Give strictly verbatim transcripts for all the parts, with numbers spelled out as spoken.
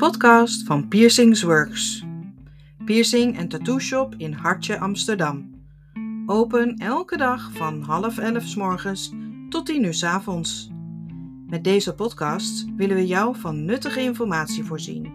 podcast van Piercings Works. Piercing en tattoo shop in Hartje, Amsterdam. Open elke dag van half elf 's morgens tot tien uur 's avonds. Met deze podcast willen we jou van nuttige informatie voorzien.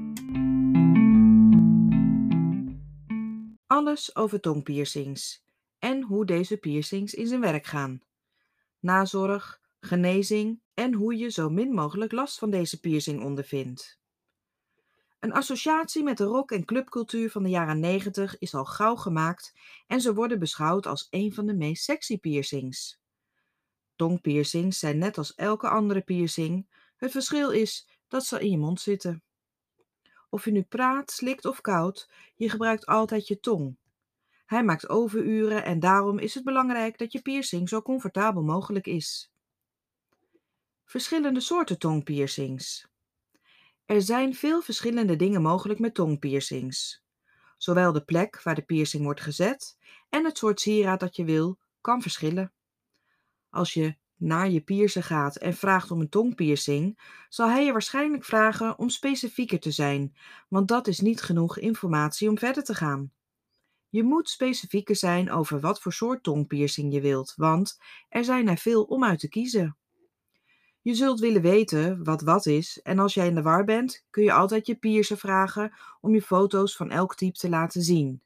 Alles over tongpiercings en hoe deze piercings in zijn werk gaan. Nazorg, genezing en hoe je zo min mogelijk last van deze piercing ondervindt. Een associatie met de rock- en clubcultuur van de jaren negentig is al gauw gemaakt en ze worden beschouwd als een van de meest sexy piercings. Tongpiercings zijn net als elke andere piercing, het verschil is dat ze in je mond zitten. Of je nu praat, slikt of kauwt, je gebruikt altijd je tong. Hij maakt overuren en daarom is het belangrijk dat je piercing zo comfortabel mogelijk is. Verschillende soorten tongpiercings. Er zijn veel verschillende dingen mogelijk met tongpiercings. Zowel de plek waar de piercing wordt gezet en het soort sieraad dat je wil, kan verschillen. Als je naar je piercer gaat en vraagt om een tongpiercing, zal hij je waarschijnlijk vragen om specifieker te zijn, want dat is niet genoeg informatie om verder te gaan. Je moet specifieker zijn over wat voor soort tongpiercing je wilt, want er zijn er veel om uit te kiezen. Je zult willen weten wat wat is en als jij in de war bent, kun je altijd je piercer vragen om je foto's van elk type te laten zien.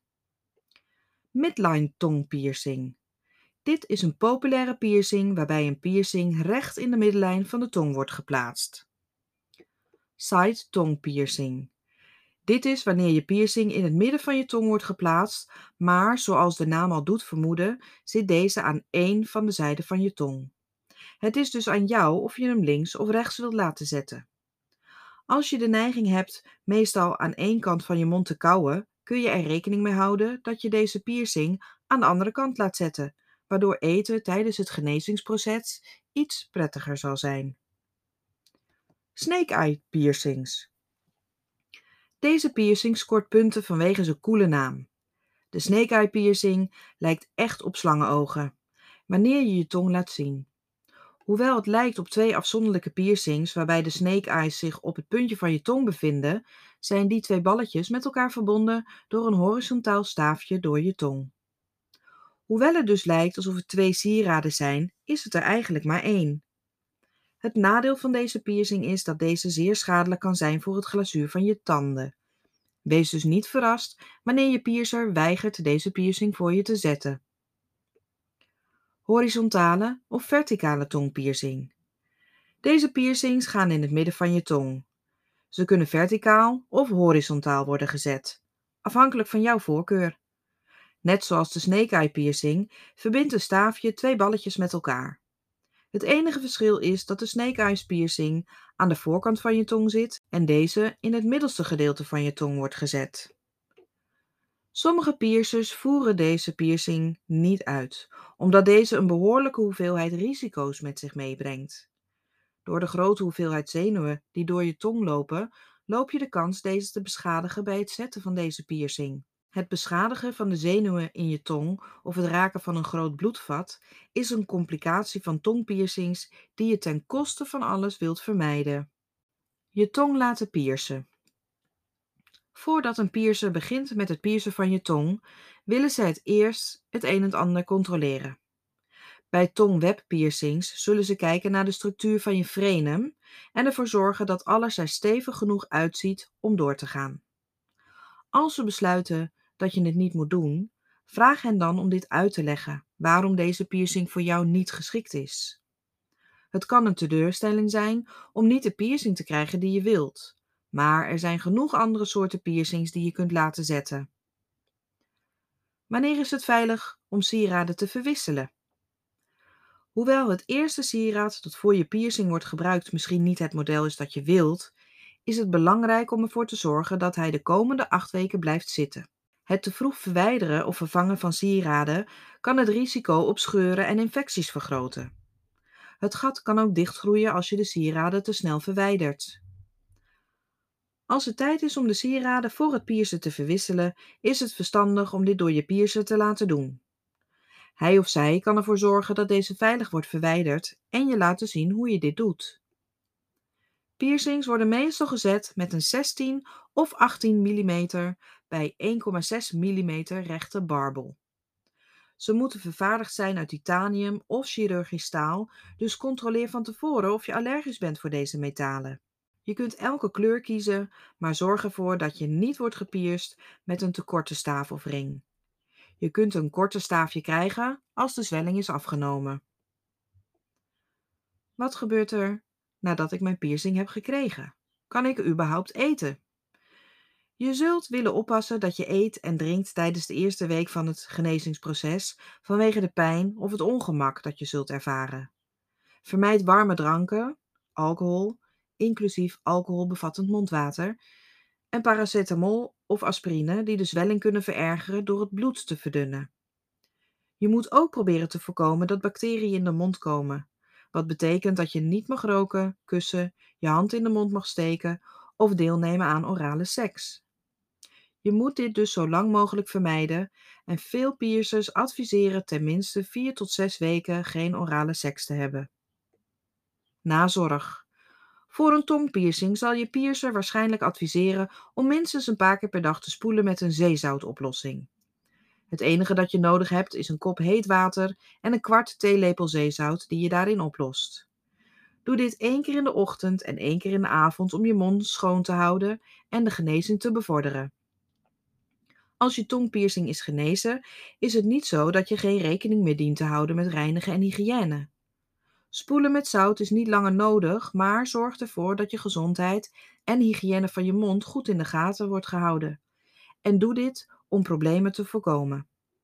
Midline tongpiercing. Dit is een populaire piercing waarbij een piercing recht in de middenlijn van de tong wordt geplaatst. Side tongpiercing. Dit is wanneer je piercing in het midden van je tong wordt geplaatst, maar zoals de naam al doet vermoeden, zit deze aan één van de zijden van je tong. Het is dus aan jou of je hem links of rechts wilt laten zetten. Als je de neiging hebt meestal aan één kant van je mond te kauwen, kun je er rekening mee houden dat je deze piercing aan de andere kant laat zetten, waardoor eten tijdens het genezingsproces iets prettiger zal zijn. Snake-eye piercings. Deze piercing scoort punten vanwege zijn coole naam. De snake-eye piercing lijkt echt op slangenogen, wanneer je je tong laat zien. Hoewel het lijkt op twee afzonderlijke piercings waarbij de snake eyes zich op het puntje van je tong bevinden, zijn die twee balletjes met elkaar verbonden door een horizontaal staafje door je tong. Hoewel het dus lijkt alsof het twee sieraden zijn, is het er eigenlijk maar één. Het nadeel van deze piercing is dat deze zeer schadelijk kan zijn voor het glazuur van je tanden. Wees dus niet verrast wanneer je piercer weigert deze piercing voor je te zetten. Horizontale of verticale tongpiercing. Deze piercings gaan in het midden van je tong. Ze kunnen verticaal of horizontaal worden gezet, afhankelijk van jouw voorkeur. Net zoals de snake-eye piercing verbindt een staafje twee balletjes met elkaar. Het enige verschil is dat de snake-eye piercing aan de voorkant van je tong zit en deze in het middelste gedeelte van je tong wordt gezet. Sommige piercers voeren deze piercing niet uit, omdat deze een behoorlijke hoeveelheid risico's met zich meebrengt. Door de grote hoeveelheid zenuwen die door je tong lopen, loop je de kans deze te beschadigen bij het zetten van deze piercing. Het beschadigen van de zenuwen in je tong of het raken van een groot bloedvat is een complicatie van tongpiercings die je ten koste van alles wilt vermijden. Je tong laten piercen. Voordat een piercer begint met het piercen van je tong, willen ze het eerst het een en ander controleren. Bij tongwebpiercings zullen ze kijken naar de structuur van je frenum en ervoor zorgen dat alles er stevig genoeg uitziet om door te gaan. Als ze besluiten dat je het niet moet doen, vraag hen dan om dit uit te leggen waarom deze piercing voor jou niet geschikt is. Het kan een teleurstelling zijn om niet de piercing te krijgen die je wilt, maar er zijn genoeg andere soorten piercings die je kunt laten zetten. Wanneer is het veilig om sieraden te verwisselen? Hoewel het eerste sieraad dat voor je piercing wordt gebruikt misschien niet het model is dat je wilt, is het belangrijk om ervoor te zorgen dat hij de komende acht weken blijft zitten. Het te vroeg verwijderen of vervangen van sieraden kan het risico op scheuren en infecties vergroten. Het gat kan ook dichtgroeien als je de sieraden te snel verwijdert. Als het tijd is om de sieraden voor het piercen te verwisselen, is het verstandig om dit door je piercer te laten doen. Hij of zij kan ervoor zorgen dat deze veilig wordt verwijderd en je laten zien hoe je dit doet. Piercings worden meestal gezet met een zestien of achttien millimeter bij één komma zes millimeter rechte barbel. Ze moeten vervaardigd zijn uit titanium of chirurgisch staal, dus controleer van tevoren of je allergisch bent voor deze metalen. Je kunt elke kleur kiezen, maar zorg ervoor dat je niet wordt gepierst met een te korte staaf of ring. Je kunt een korte staafje krijgen als de zwelling is afgenomen. Wat gebeurt er nadat ik mijn piercing heb gekregen? Kan ik überhaupt eten? Je zult willen oppassen dat je eet en drinkt tijdens de eerste week van het genezingsproces vanwege de pijn of het ongemak dat je zult ervaren. Vermijd warme dranken, alcohol, inclusief alcoholbevattend mondwater, en paracetamol of aspirine die de zwelling kunnen verergeren door het bloed te verdunnen. Je moet ook proberen te voorkomen dat bacteriën in de mond komen, wat betekent dat je niet mag roken, kussen, je hand in de mond mag steken of deelnemen aan orale seks. Je moet dit dus zo lang mogelijk vermijden en veel piercers adviseren ten minste vier tot zes weken geen orale seks te hebben. Nazorg. Voor een tongpiercing zal je piercer waarschijnlijk adviseren om minstens een paar keer per dag te spoelen met een zeezoutoplossing. Het enige dat je nodig hebt is een kop heet water en een kwart theelepel zeezout die je daarin oplost. Doe dit één keer in de ochtend en één keer in de avond om je mond schoon te houden en de genezing te bevorderen. Als je tongpiercing is genezen, is het niet zo dat je geen rekening meer dient te houden met reinigen en hygiëne. Spoelen met zout is niet langer nodig, maar zorg ervoor dat je gezondheid en hygiëne van je mond goed in de gaten wordt gehouden. En doe dit om problemen te voorkomen.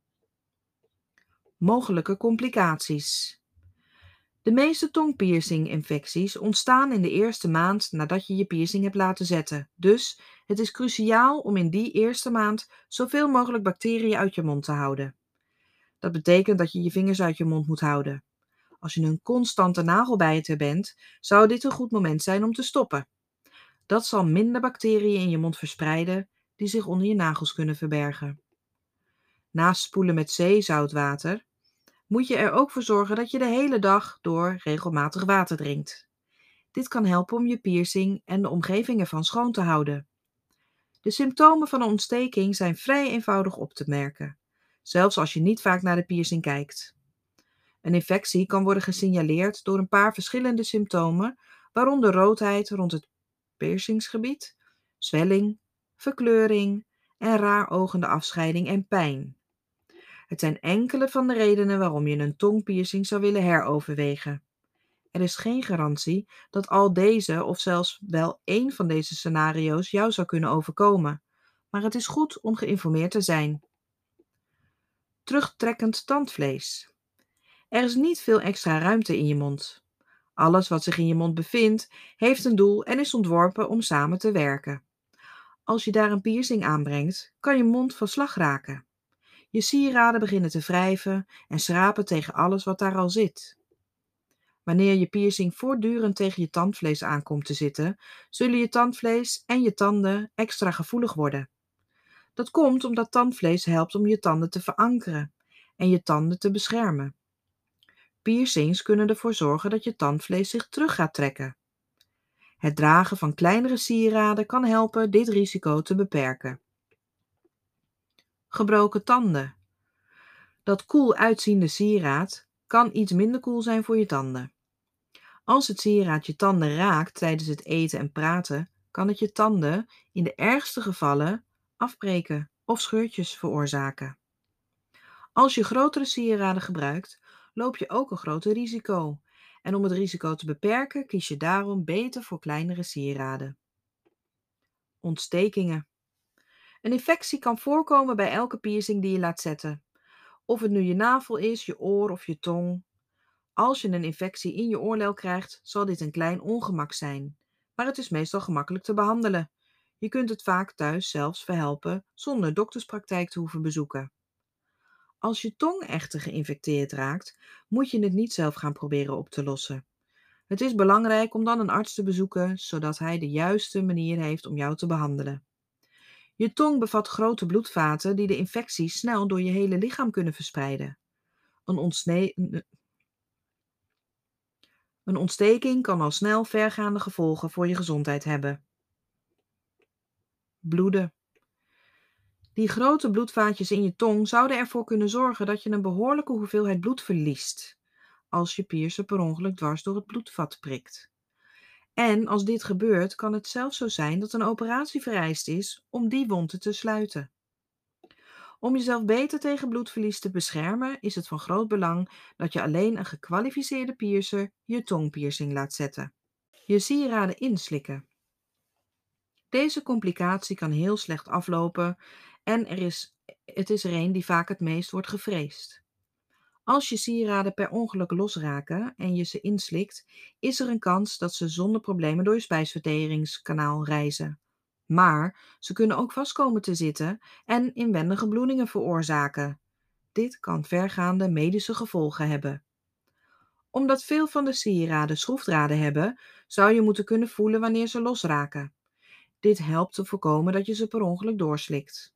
Mogelijke complicaties. De meeste tongpiercing-infecties ontstaan in de eerste maand nadat je je piercing hebt laten zetten. Dus het is cruciaal om in die eerste maand zoveel mogelijk bacteriën uit je mond te houden. Dat betekent dat je je vingers uit je mond moet houden. Als je een constante nagelbijter bent, zou dit een goed moment zijn om te stoppen. Dat zal minder bacteriën in je mond verspreiden die zich onder je nagels kunnen verbergen. Naast spoelen met zeezoutwater moet je er ook voor zorgen dat je de hele dag door regelmatig water drinkt. Dit kan helpen om je piercing en de omgeving ervan schoon te houden. De symptomen van een ontsteking zijn vrij eenvoudig op te merken, zelfs als je niet vaak naar de piercing kijkt. Een infectie kan worden gesignaleerd door een paar verschillende symptomen, waaronder roodheid rond het piercingsgebied, zwelling, verkleuring en raarogende afscheiding en pijn. Het zijn enkele van de redenen waarom je een tongpiercing zou willen heroverwegen. Er is geen garantie dat al deze of zelfs wel één van deze scenario's jou zou kunnen overkomen, maar het is goed om geïnformeerd te zijn. Terugtrekkend tandvlees. Er is niet veel extra ruimte in je mond. Alles wat zich in je mond bevindt, heeft een doel en is ontworpen om samen te werken. Als je daar een piercing aanbrengt, kan je mond van slag raken. Je sieraden beginnen te wrijven en schrapen tegen alles wat daar al zit. Wanneer je piercing voortdurend tegen je tandvlees aankomt te zitten, zullen je tandvlees en je tanden extra gevoelig worden. Dat komt omdat tandvlees helpt om je tanden te verankeren en je tanden te beschermen. Piercings kunnen ervoor zorgen dat je tandvlees zich terug gaat trekken. Het dragen van kleinere sieraden kan helpen dit risico te beperken. Gebroken tanden. Dat cool uitziende sieraad kan iets minder cool zijn voor je tanden. Als het sieraad je tanden raakt tijdens het eten en praten, kan het je tanden in de ergste gevallen afbreken of scheurtjes veroorzaken. Als je grotere sieraden gebruikt, loop je ook een groter risico. En om het risico te beperken, kies je daarom beter voor kleinere sieraden. Ontstekingen. Een infectie kan voorkomen bij elke piercing die je laat zetten. Of het nu je navel is, je oor of je tong. Als je een infectie in je oorlel krijgt, zal dit een klein ongemak zijn. Maar het is meestal gemakkelijk te behandelen. Je kunt het vaak thuis zelfs verhelpen zonder dokterspraktijk te hoeven bezoeken. Als je tong echter geïnfecteerd raakt, moet je het niet zelf gaan proberen op te lossen. Het is belangrijk om dan een arts te bezoeken, zodat hij de juiste manier heeft om jou te behandelen. Je tong bevat grote bloedvaten die de infectie snel door je hele lichaam kunnen verspreiden. Een, ontsne- Een ontsteking kan al snel vergaande gevolgen voor je gezondheid hebben. Bloeden. Die grote bloedvaatjes in je tong zouden ervoor kunnen zorgen dat je een behoorlijke hoeveelheid bloed verliest, als je piercer per ongeluk dwars door het bloedvat prikt. En als dit gebeurt, kan het zelfs zo zijn dat een operatie vereist is om die wond te sluiten. Om jezelf beter tegen bloedverlies te beschermen, is het van groot belang dat je alleen een gekwalificeerde piercer je tongpiercing laat zetten. Je sieraden inslikken. Deze complicatie kan heel slecht aflopen en er is, het is er een die vaak het meest wordt gevreesd. Als je sieraden per ongeluk losraken en je ze inslikt, is er een kans dat ze zonder problemen door je spijsverteringskanaal reizen. Maar ze kunnen ook vast komen te zitten en inwendige bloedingen veroorzaken. Dit kan vergaande medische gevolgen hebben. Omdat veel van de sieraden schroefdraden hebben, zou je moeten kunnen voelen wanneer ze losraken. Dit helpt te voorkomen dat je ze per ongeluk doorslikt.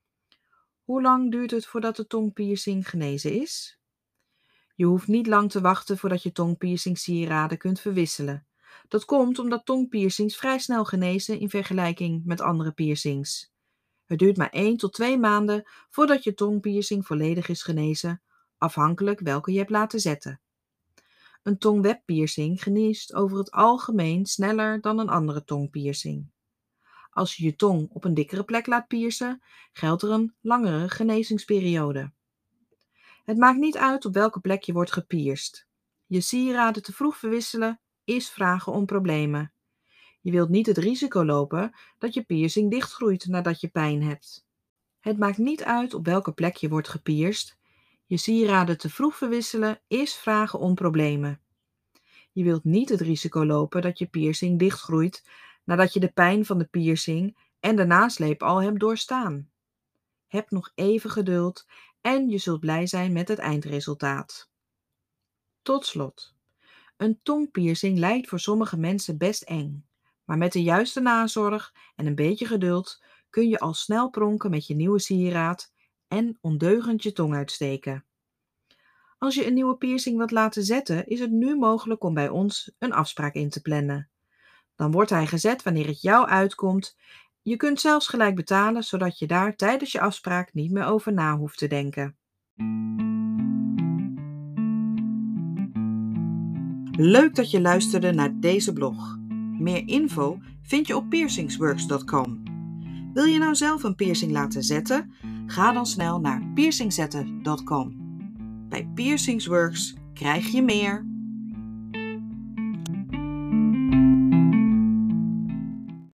Hoe lang duurt het voordat de tongpiercing genezen is? Je hoeft niet lang te wachten voordat je tongpiercing sieraden kunt verwisselen. Dat komt omdat tongpiercings vrij snel genezen in vergelijking met andere piercings. Het duurt maar één tot twee maanden voordat je tongpiercing volledig is genezen, afhankelijk welke je hebt laten zetten. Een tongwebpiercing geneest over het algemeen sneller dan een andere tongpiercing. Als je je tong op een dikkere plek laat piercen, geldt er een langere genezingsperiode. Het maakt niet uit op welke plek je wordt gepierst. Je sieraden te vroeg verwisselen is vragen om problemen. Je wilt niet het risico lopen dat je piercing dichtgroeit nadat je pijn hebt. Het maakt niet uit op welke plek je wordt gepierst. Je sieraden te vroeg verwisselen is vragen om problemen. Je wilt niet het risico lopen dat je piercing dichtgroeit nadat je de pijn van de piercing en de nasleep al hebt doorstaan. Heb nog even geduld en je zult blij zijn met het eindresultaat. Tot slot. Een tongpiercing lijkt voor sommige mensen best eng, maar met de juiste nazorg en een beetje geduld kun je al snel pronken met je nieuwe sieraad en ondeugend je tong uitsteken. Als je een nieuwe piercing wilt laten zetten, is het nu mogelijk om bij ons een afspraak in te plannen. Dan wordt hij gezet wanneer het jou uitkomt. Je kunt zelfs gelijk betalen, zodat je daar tijdens je afspraak niet meer over na hoeft te denken. Leuk dat je luisterde naar deze blog. Meer info vind je op piercingsworks punt com. Wil je nou zelf een piercing laten zetten? Ga dan snel naar piercingzetten punt com. Bij Piercingsworks krijg je meer.